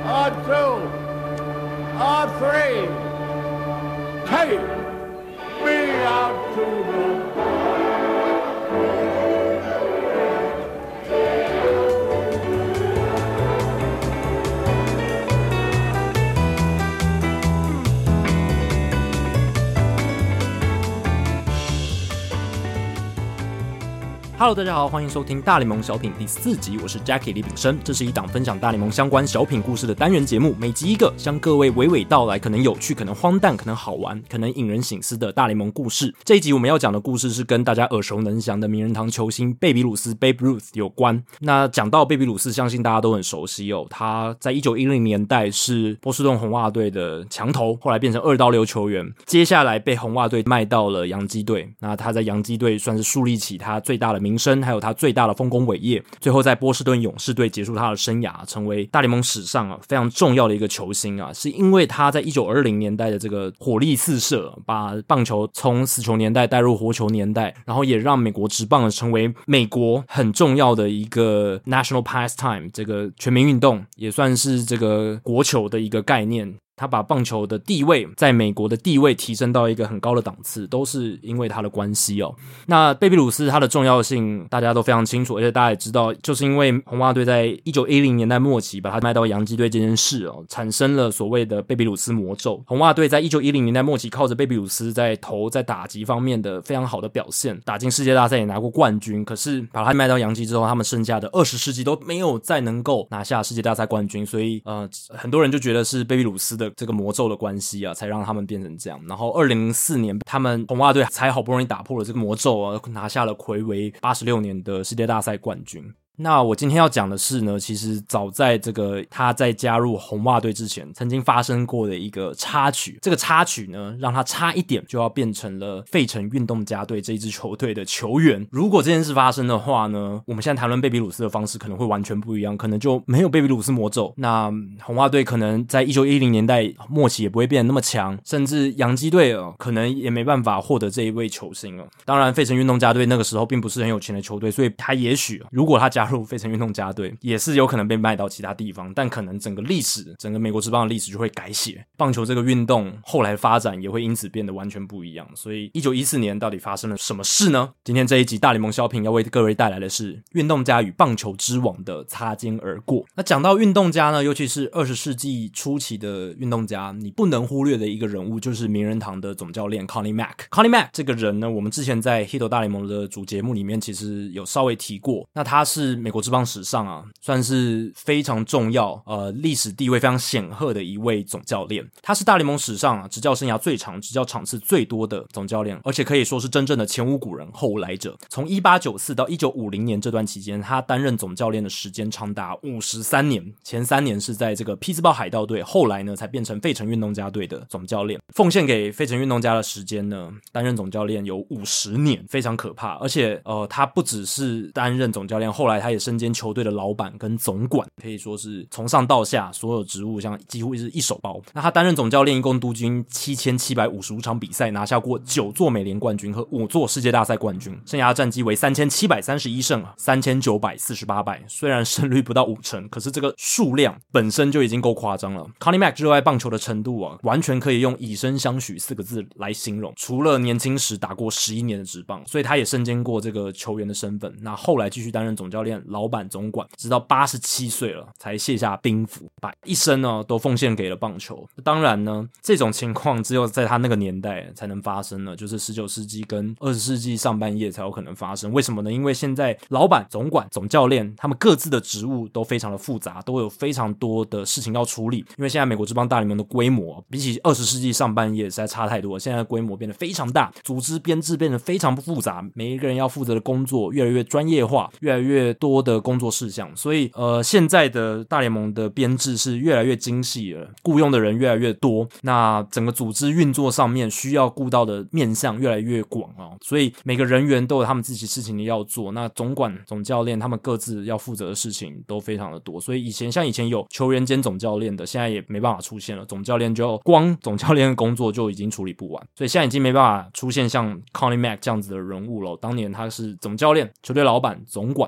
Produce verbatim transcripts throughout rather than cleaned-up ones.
or two, or three. Take me out to the Hello， 大家好，欢迎收听大联盟小品第四集，我是 Jackie 李炳生。这是一档分享大联盟相关小品故事的单元节目，每集一个，向各位娓娓道来可能有趣、可能荒诞、可能好玩、可能引人省思的大联盟故事。这一集我们要讲的故事是跟大家耳熟能详的名人堂球星贝比鲁斯 Babe Ruth 有关。那讲到贝比鲁斯，相信大家都很熟悉哦。他在一九一零年代是波士顿红袜队的强投，后来变成二刀流球员，接下来被红袜队卖到了洋基队。那他在洋基队算是树立起他最大的名声，还有他最大的丰功伟业，最后在波士顿勇士队结束他的生涯，成为大联盟史上啊非常重要的一个球星啊，是因为他在一九二零年代的这个火力四射，把棒球从死球年代带入活球年代，然后也让美国职棒成为美国很重要的一个 national pastime， 这个全民运动，也算是这个国球的一个概念。他把棒球的地位在美国的地位提升到一个很高的档次，都是因为他的关系哦。那贝比鲁斯他的重要性大家都非常清楚，而且大家也知道，就是因为红袜队在一九一零年代末期把他卖到洋基队这件事哦，产生了所谓的贝比鲁斯魔咒。红袜队在一九一零年代末期靠着贝比鲁斯在投在打击方面的非常好的表现，打进世界大赛也拿过冠军，可是把他卖到洋基之后，他们剩下的二十世纪都没有再能够拿下世界大赛冠军，所以呃，很多人就觉得是贝比鲁斯的这个魔咒的关系啊，才让他们变成这样。然后二零零四年他们红袜队才好不容易打破了这个魔咒啊，拿下了睽违八十六年的世界大赛冠军。那我今天要讲的是呢，其实早在这个他在加入红袜队之前曾经发生过的一个插曲，这个插曲呢让他差一点就要变成了费城运动家队这一支球队的球员。如果这件事发生的话呢，我们现在谈论贝比鲁斯的方式可能会完全不一样，可能就没有贝比鲁斯魔咒，那红袜队可能在一九一零年代末期也不会变得那么强，甚至洋基队、哦、可能也没办法获得这一位球星哦。当然费城运动家队那个时候并不是很有钱的球队，所以他也许如果他加加入费城运动家队也是有可能被卖到其他地方，但可能整个历史整个美国职棒的历史就会改写，棒球这个运动后来发展也会因此变得完全不一样。所以一九一四年到底发生了什么事呢？今天这一集大联盟小品要为各位带来的是运动家与棒球之王的擦肩而过。那讲到运动家呢，尤其是二十世纪初期的运动家，你不能忽略的一个人物就是名人堂的总教练 Connie Mack。Connie Mack 这个人呢，我们之前在 Hito 大联盟的主节目里面其实有稍微提过，那他是美国职棒史上啊算是非常重要呃历史地位非常显赫的一位总教练。他是大联盟史上啊执教生涯最长、执教场次最多的总教练，而且可以说是真正的前无古人后无来者。从一八九四到一九五零年这段期间，他担任总教练的时间长达五十三年，前三年是在这个匹兹堡海盗队，后来呢才变成费城运动家队的总教练。奉献给费城运动家的时间呢，担任总教练有五十年，非常可怕。而且呃他不只是担任总教练，后来他也身兼球队的老板跟总管，可以说是从上到下所有职务像几乎是一手包。那他担任总教练一共督军七千七百五十五场比赛，拿下过九座美联冠军和五座世界大赛冠军，生涯战绩为三千七百三十一胜三千九百四十八败，虽然胜率不到五成，可是这个数量本身就已经够夸张了。 Connie Mack 热爱棒球的程度啊，完全可以用以身相许四个字来形容。除了年轻时打过十一年的职棒，所以他也身兼过这个球员的身份，那后来继续担任总教练、老板、总管，直到八十七岁了才卸下兵符，把一生呢都奉献给了棒球。当然呢，这种情况只有在他那个年代才能发生了，就是十九世纪跟二十世纪上半叶才有可能发生。为什么呢？因为现在老板、总管、总教练他们各自的职务都非常的复杂，都有非常多的事情要处理。因为现在美国职棒大联盟的规模比起二十世纪上半叶实在差太多了，现在的规模变得非常大，组织编制变得非常复杂，每一个人要负责的工作越来越专业化，越来越多的工作事项，所以呃，现在的大联盟的编制是越来越精细了，雇用的人越来越多，那整个组织运作上面需要顾到的面向越来越广哦，所以每个人员都有他们自己事情要做，那总管、总教练他们各自要负责的事情都非常的多，所以以前像以前有球员兼总教练的，现在也没办法出现了，总教练就光总教练的工作就已经处理不完，所以现在已经没办法出现像 Connie Mack 这样子的人物了。当年他是总教练、球队老板、总管一把抓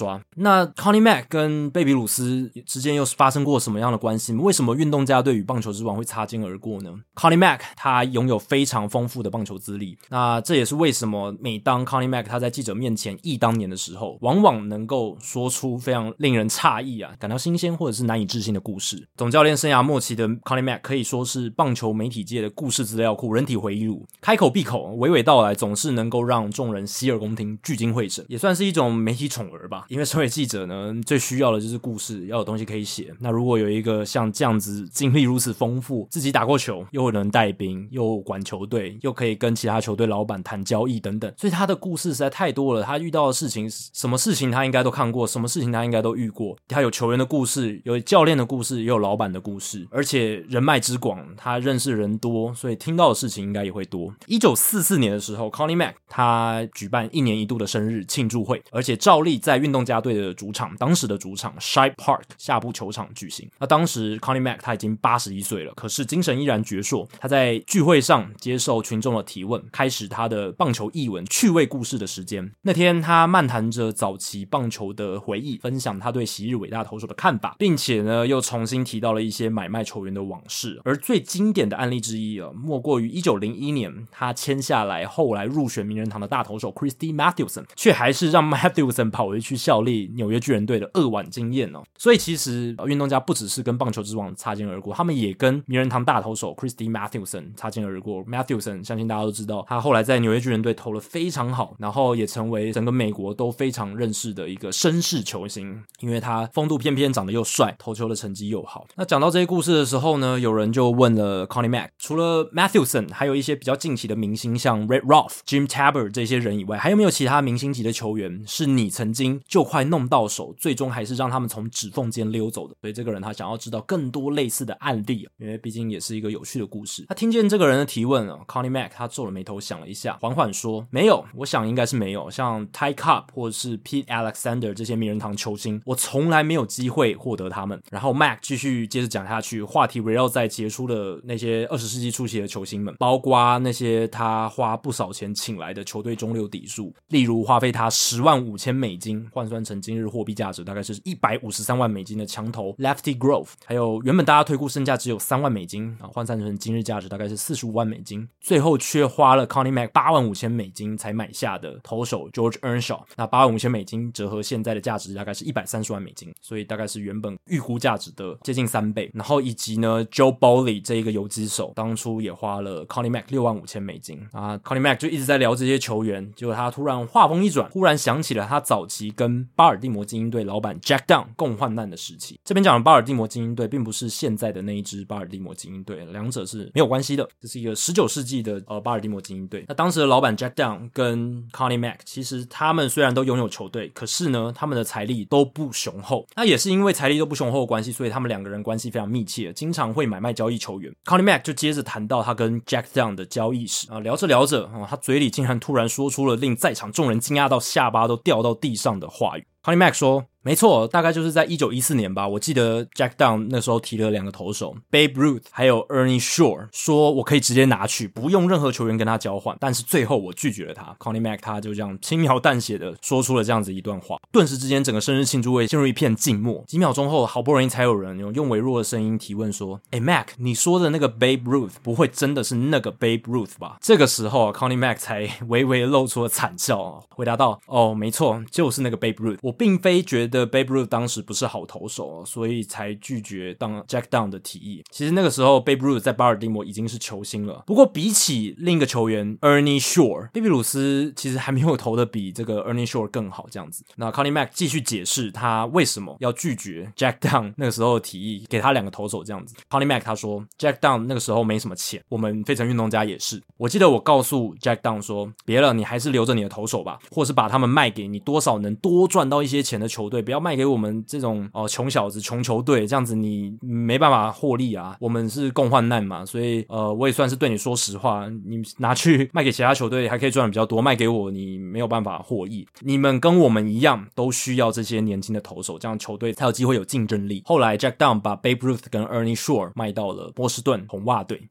啊，那 Connie Mack 跟贝比鲁斯之间又发生过什么样的关系？为什么运动家队与棒球之王会擦肩而过呢？ Connie Mack 他拥有非常丰富的棒球资历，那这也是为什么每当 Connie Mack 他在记者面前忆当年的时候，往往能够说出非常令人诧异啊，感到新鲜或者是难以置信的故事。总教练生涯末期的 Connie Mack 可以说是棒球媒体界的故事资料库、人体回忆录，开口闭口娓娓道来，总是能够让众人洗耳恭听、聚精会神，也算是一种媒体宠儿吧。因为身为记者呢，最需要的就是故事，要有东西可以写。那如果有一个像这样子经历如此丰富，自己打过球，又能带兵，又管球队，又可以跟其他球队老板谈交易等等，所以他的故事实在太多了。他遇到的事情，什么事情他应该都看过，什么事情他应该都遇过。他有球员的故事，有教练的故事，也有老板的故事，而且人脉之广，他认识人多，所以听到的事情应该也会多。一九四四年的时候 Connie Mack 他举办一年一度的生日庆祝会，而且照例在运动家队的主场，当时的主场 Shibe Park 下部球场举行。那当时 Connie Mack 他已经八十一岁了，可是精神依然矍铄。他在聚会上接受群众的提问，开始他的棒球艺文趣味故事的时间。那天他漫谈着早期棒球的回忆，分享他对昔日伟大投手的看法，并且呢又重新提到了一些买卖球员的往事。而最经典的案例之一啊，莫过于一九零一年他签下来后来入选名人堂的大投手 Christy Mathewson， 却还是让 Mathewson 跑回去效力纽约巨人队的扼腕经验哦。所以其实运动家不只是跟棒球之王擦肩而过，他们也跟名人堂大投手 Christy Mathewson 擦肩而过。 Mathewson 相信大家都知道，他后来在纽约巨人队投了非常好，然后也成为整个美国都非常认识的一个绅士球星，因为他风度翩翩，长得又帅，投球的成绩又好。那讲到这些故事的时候呢，有人就问了 Connie Mack， 除了 Mathewson 还有一些比较近期的明星像 Red Roth、Jim Tabor 这些人以外，还有没有其他明星级的球员是你曾经就快弄到手，最终还是让他们从指缝间溜走的？所以这个人他想要知道更多类似的案例，因为毕竟也是一个有趣的故事。他听见这个人的提问 Connie Mack 他皱了眉头想了一下，缓缓说，没有，我想应该是没有。像 Ty Cobb 或者是 Pete Alexander 这些名人堂球星，我从来没有机会获得他们。然后 Mack 继续接着讲下去，话题围绕在杰出的那些二十世纪初期的球星们，包括那些他花不少钱请来的球队中流砥柱，例如花费他十万五千美金，换算成今日货币价值大概是一百五十三万美金的强投 Lefty Grove， 还有原本大家推估身价只有三万美金，换算成今日价值大概是四十五万美金，最后却花了 Connie Mack 八万五千美金才买下的投手 George Earnshaw。 那八万五千美金折合现在的价值大概是一百三十万美金，所以大概是原本预估价值的接近三倍。然后以及呢 Joe Boley 这一个游击手，当初也花了 Connie Mack 六万五千美金啊。 Connie Mack 就一直在聊这些球员，结果他突然话锋一转，忽然想起了他早期跟巴尔的摩精英队老板 Jack Down 共患难的时期。这边讲的巴尔的摩精英队并不是现在的那一支巴尔的摩精英队，两者是没有关系的，这是一个十九世纪的呃巴尔的摩精英队。那当时的老板 Jack Down 跟 Connie Mack 其实他们虽然都拥有球队，可是呢他们的财力都不雄厚。那也是因为财力都不雄厚的关系，所以他们两个人关系非常密切，经常会买卖交易球员。 Connie Mack 就接着谈到他跟 Jack Down 的交易史啊，聊着聊着、哦、他嘴里竟然突然说出了令在场众人惊讶到下巴都掉到地上的话语。 Connie Mack 说，没错，大概就是在一九一四年吧，我记得 Jack Down 那时候提了两个投手 Babe Ruth 还有 Ernie Shore， 说我可以直接拿去，不用任何球员跟他交换，但是最后我拒绝了他。 Connie Mack 他就这样轻描淡写的说出了这样子一段话，顿时之间整个生日庆祝会陷入一片静默。几秒钟后，好不容易才有人用微弱的声音提问说，诶 Mack， 你说的那个 Babe Ruth 不会真的是那个 Babe Ruth 吧？这个时候 Connie Mack 才微微露出了惨笑，回答道，哦没错，就是那个 Babe Ruth， 我并非觉得 Babe Ruth 当时不是好投手，所以才拒绝当 Jack Down 的提议。其实那个时候 Babe Ruth 在巴尔的摩已经是球星了，不过比起另一个球员 Ernie Shore， 贝比鲁斯其实还没有投的比这个 Ernie Shore 更好这样子。那 Connie Mack 继续解释他为什么要拒绝 Jack Down 那个时候的提议，给他两个投手这样子。 Connie Mack 他说 Jack Down 那个时候没什么钱，我们费城运动家也是，我记得我告诉 Jack Down 说，别了，你还是留着你的投手吧，或是把他们卖给你多少能多赚到一些钱的球队，不要卖给我们这种哦穷小子穷球队，这样子你没办法获利啊，我们是共患难嘛，所以呃我也算是对你说实话，你拿去卖给其他球队还可以赚的比较多，卖给我你没有办法获益，你们跟我们一样都需要这些年轻的投手，这样球队才有机会有竞争力。后来 Jack Down 把 Babe Ruth 跟 Ernie Shore 卖到了波士顿红袜队。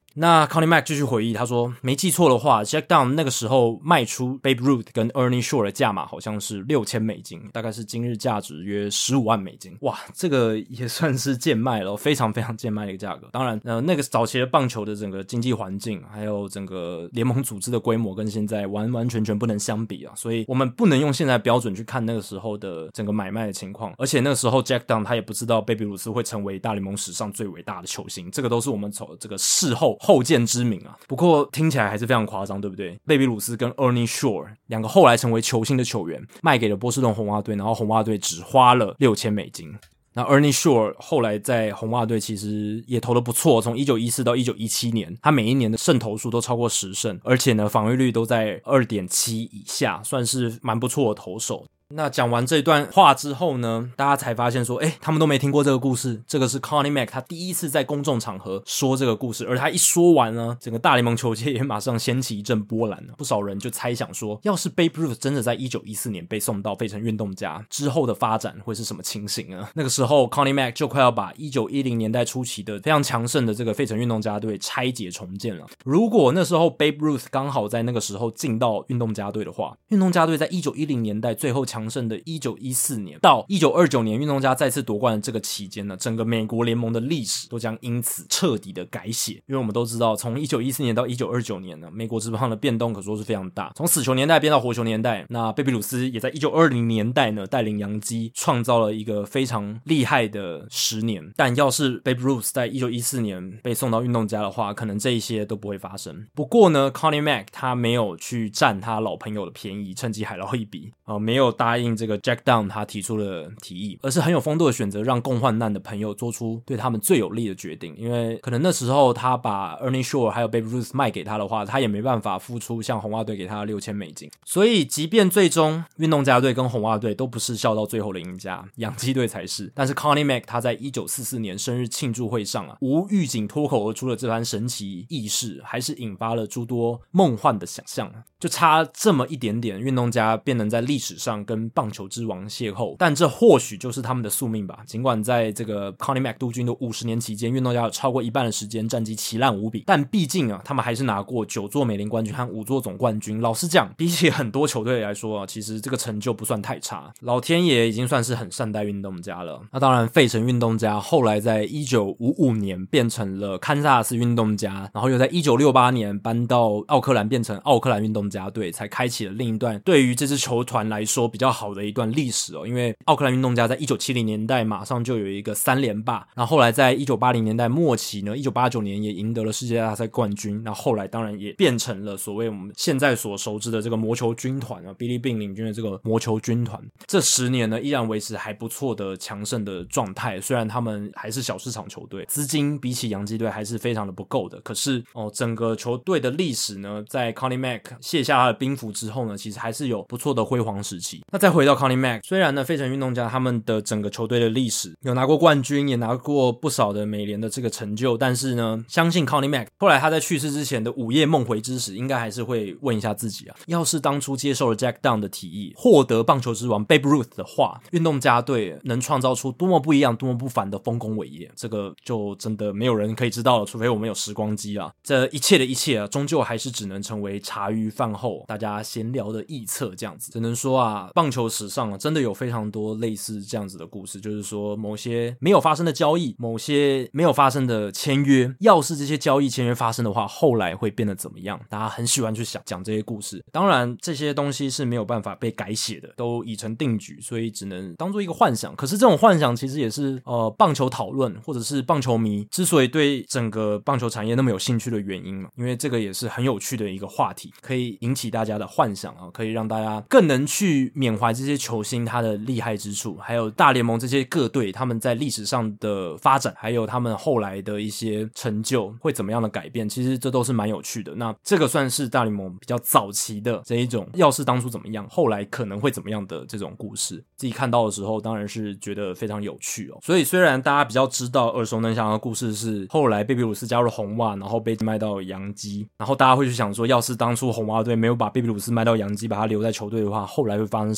那 Connie Mack 继续回忆，他说没记错的话 Jack Dunn 那个时候卖出 Babe Ruth 跟 Ernie Shore 的价码好像是六千美金，大概是今日价值约十五万美金。哇，这个也算是贱卖了，非常非常贱卖的一个价格。当然呃，那个早期的棒球的整个经济环境还有整个联盟组织的规模跟现在完完全全不能相比啊，所以我们不能用现在的标准去看那个时候的整个买卖的情况。而且那个时候 Jack Dunn 他也不知道贝比鲁斯会成为大联盟史上最伟大的球星，这个都是我们从这个事后后见之明啊。不过听起来还是非常夸张，对不对？贝比鲁斯跟 Ernie Shore 两个后来成为球星的球员卖给了波士顿红袜队，然后红袜队只花了六千美金。那 Ernie Shore 后来在红袜队其实也投得不错，从一九一四到一九一七年他每一年的胜投数都超过十胜，而且呢防御率都在 二点七 以下，算是蛮不错的投手。那讲完这段话之后呢，大家才发现说诶他们都没听过这个故事，这个是 Connie Mack 他第一次在公众场合说这个故事，而他一说完呢，整个大联盟球界也马上掀起一阵波澜了。不少人就猜想说，要是 Babe Ruth 真的在一九一四年被送到费城运动家之后的发展会是什么情形呢？那个时候 Connie Mack 就快要把一九一零年代初期的非常强盛的这个费城运动家队拆解重建了。如果那时候 Babe Ruth 刚好在那个时候进到运动家队的话，运动家队在一九一零年代最后强盛的一九一四年到一九二九年运动家再次夺冠的这个期间呢，整个美国联盟的历史都将因此彻底的改写。因为我们都知道从一九一四年到一九二九年呢，美国职棒的变动可说是非常大，从死球年代变到活球年代。那贝比鲁斯也在一九二零年代呢带领洋基创造了一个非常厉害的十年，但要是 Babe Ruth 在一九一四年被送到运动家的话，可能这一些都不会发生。不过呢 Connie Mack 他没有去占他老朋友的便宜，趁机海捞一笔、呃、没有答应这个 Jack Dunn 他提出的提议，而是很有风度的选择让共患难的朋友做出对他们最有利的决定。因为可能那时候他把 Ernie Shore 还有 Babe Ruth 卖给他的话，他也没办法付出像红袜队给他的六千美金。所以即便最终运动家队跟红袜队都不是笑到最后的赢家，洋基队才是。但是 Connie Mack 他在一九四四年生日庆祝会上啊，无预警脱口而出的这番神奇轶事，还是引发了诸多梦幻的想象。就差这么一点点，运动家便能在历史上跟棒球之王邂逅，但这或许就是他们的宿命吧。尽管在这个 Connie Mack 督军的五十年期间，运动家有超过一半的时间战绩奇烂无比，但毕竟啊，他们还是拿过九座美联冠军和五座总冠军。老实讲，比起很多球队来说啊，其实这个成就不算太差。老天爷已经算是很善待运动家了。那当然，费城运动家后来在一九五五年变成了堪萨斯运动家，然后又在一九六八年搬到奥克兰变成奥克兰运动家队，才开启了另一段对于这支球团来说比较好的一段历史哦。因为奥克兰运动家在一九七零年代马上就有一个三连霸，然后后来在一九八零年代末期呢，一九八九年也赢得了世界大赛冠军，然后后来当然也变成了所谓我们现在所熟知的这个魔球军团啊 Billy Beane 领军的这个魔球军团。这十年呢依然维持还不错的强盛的状态，虽然他们还是小市场球队，资金比起洋基队还是非常的不够的，可是哦，整个球队的历史呢，在 Connie Mack 卸下他的兵符之后呢，其实还是有不错的辉煌时期。那再回到 Connie Mack， 虽然呢费城运动家他们的整个球队的历史有拿过冠军，也拿过不少的美联的这个成就，但是呢相信 Connie Mack 后来他在去世之前的午夜梦回之时，应该还是会问一下自己啊，要是当初接受了 Jack Dunn 的提议，获得棒球之王 Babe Ruth 的话，运动家队能创造出多么不一样多么不凡的丰功伟业，这个就真的没有人可以知道了，除非我们有时光机啊。这一切的一切啊，终究还是只能成为茶余饭后大家闲聊的臆测这样子。只能说啊，棒球史上啊，真的有非常多类似这样子的故事，就是说某些没有发生的交易，某些没有发生的签约，要是这些交易签约发生的话，后来会变得怎么样？大家很喜欢去想讲这些故事。当然这些东西是没有办法被改写的，都已成定局，所以只能当做一个幻想。可是这种幻想其实也是呃棒球讨论或者是棒球迷之所以对整个棒球产业那么有兴趣的原因嘛，因为这个也是很有趣的一个话题，可以引起大家的幻想啊，可以让大家更能去缅怀这些球星他的厉害之处，还有大联盟这些各队他们在历史上的发展，还有他们后来的一些成就会怎么样的改变，其实这都是蛮有趣的。那这个算是大联盟比较早期的这一种要是当初怎么样，后来可能会怎么样的这种故事，自己看到的时候当然是觉得非常有趣哦。所以虽然大家比较知道耳熟能详的故事是后来贝比鲁斯加入红袜，然后被卖到洋基，然后大家会去想说，要是当初红袜队没有把贝比鲁斯卖到洋基，把他留在球队的话，后来会发生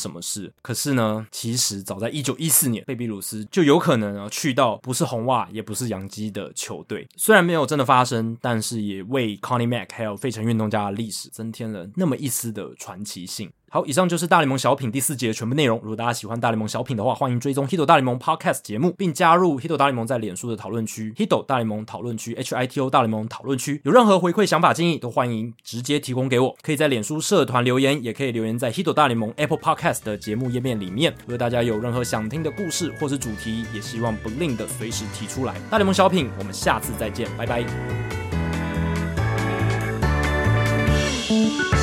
什么事。可是呢，其实早在一九一四年，贝比鲁斯就有可能去到不是红袜也不是洋基的球队。虽然没有真的发生，但是也为 Connie Mack 还有费城运动家的历史增添了那么一丝的传奇性。好，以上就是大联盟小品第四集的全部内容。如果大家喜欢大联盟小品的话，欢迎追踪 Hito 大联盟 Podcast 节目，并加入 Hito 大联盟在脸书的讨论区 Hito 大联盟讨论区 H I T O 大联盟讨论区。有任何回馈想法建议都欢迎直接提供给我，可以在脸书社团留言，也可以留言在 Hito 大联盟 Apple Podcast 的节目页面里面。如果大家有任何想听的故事或是主题，也希望不吝的随时提出来。大联盟小品，我们下次再见，拜拜。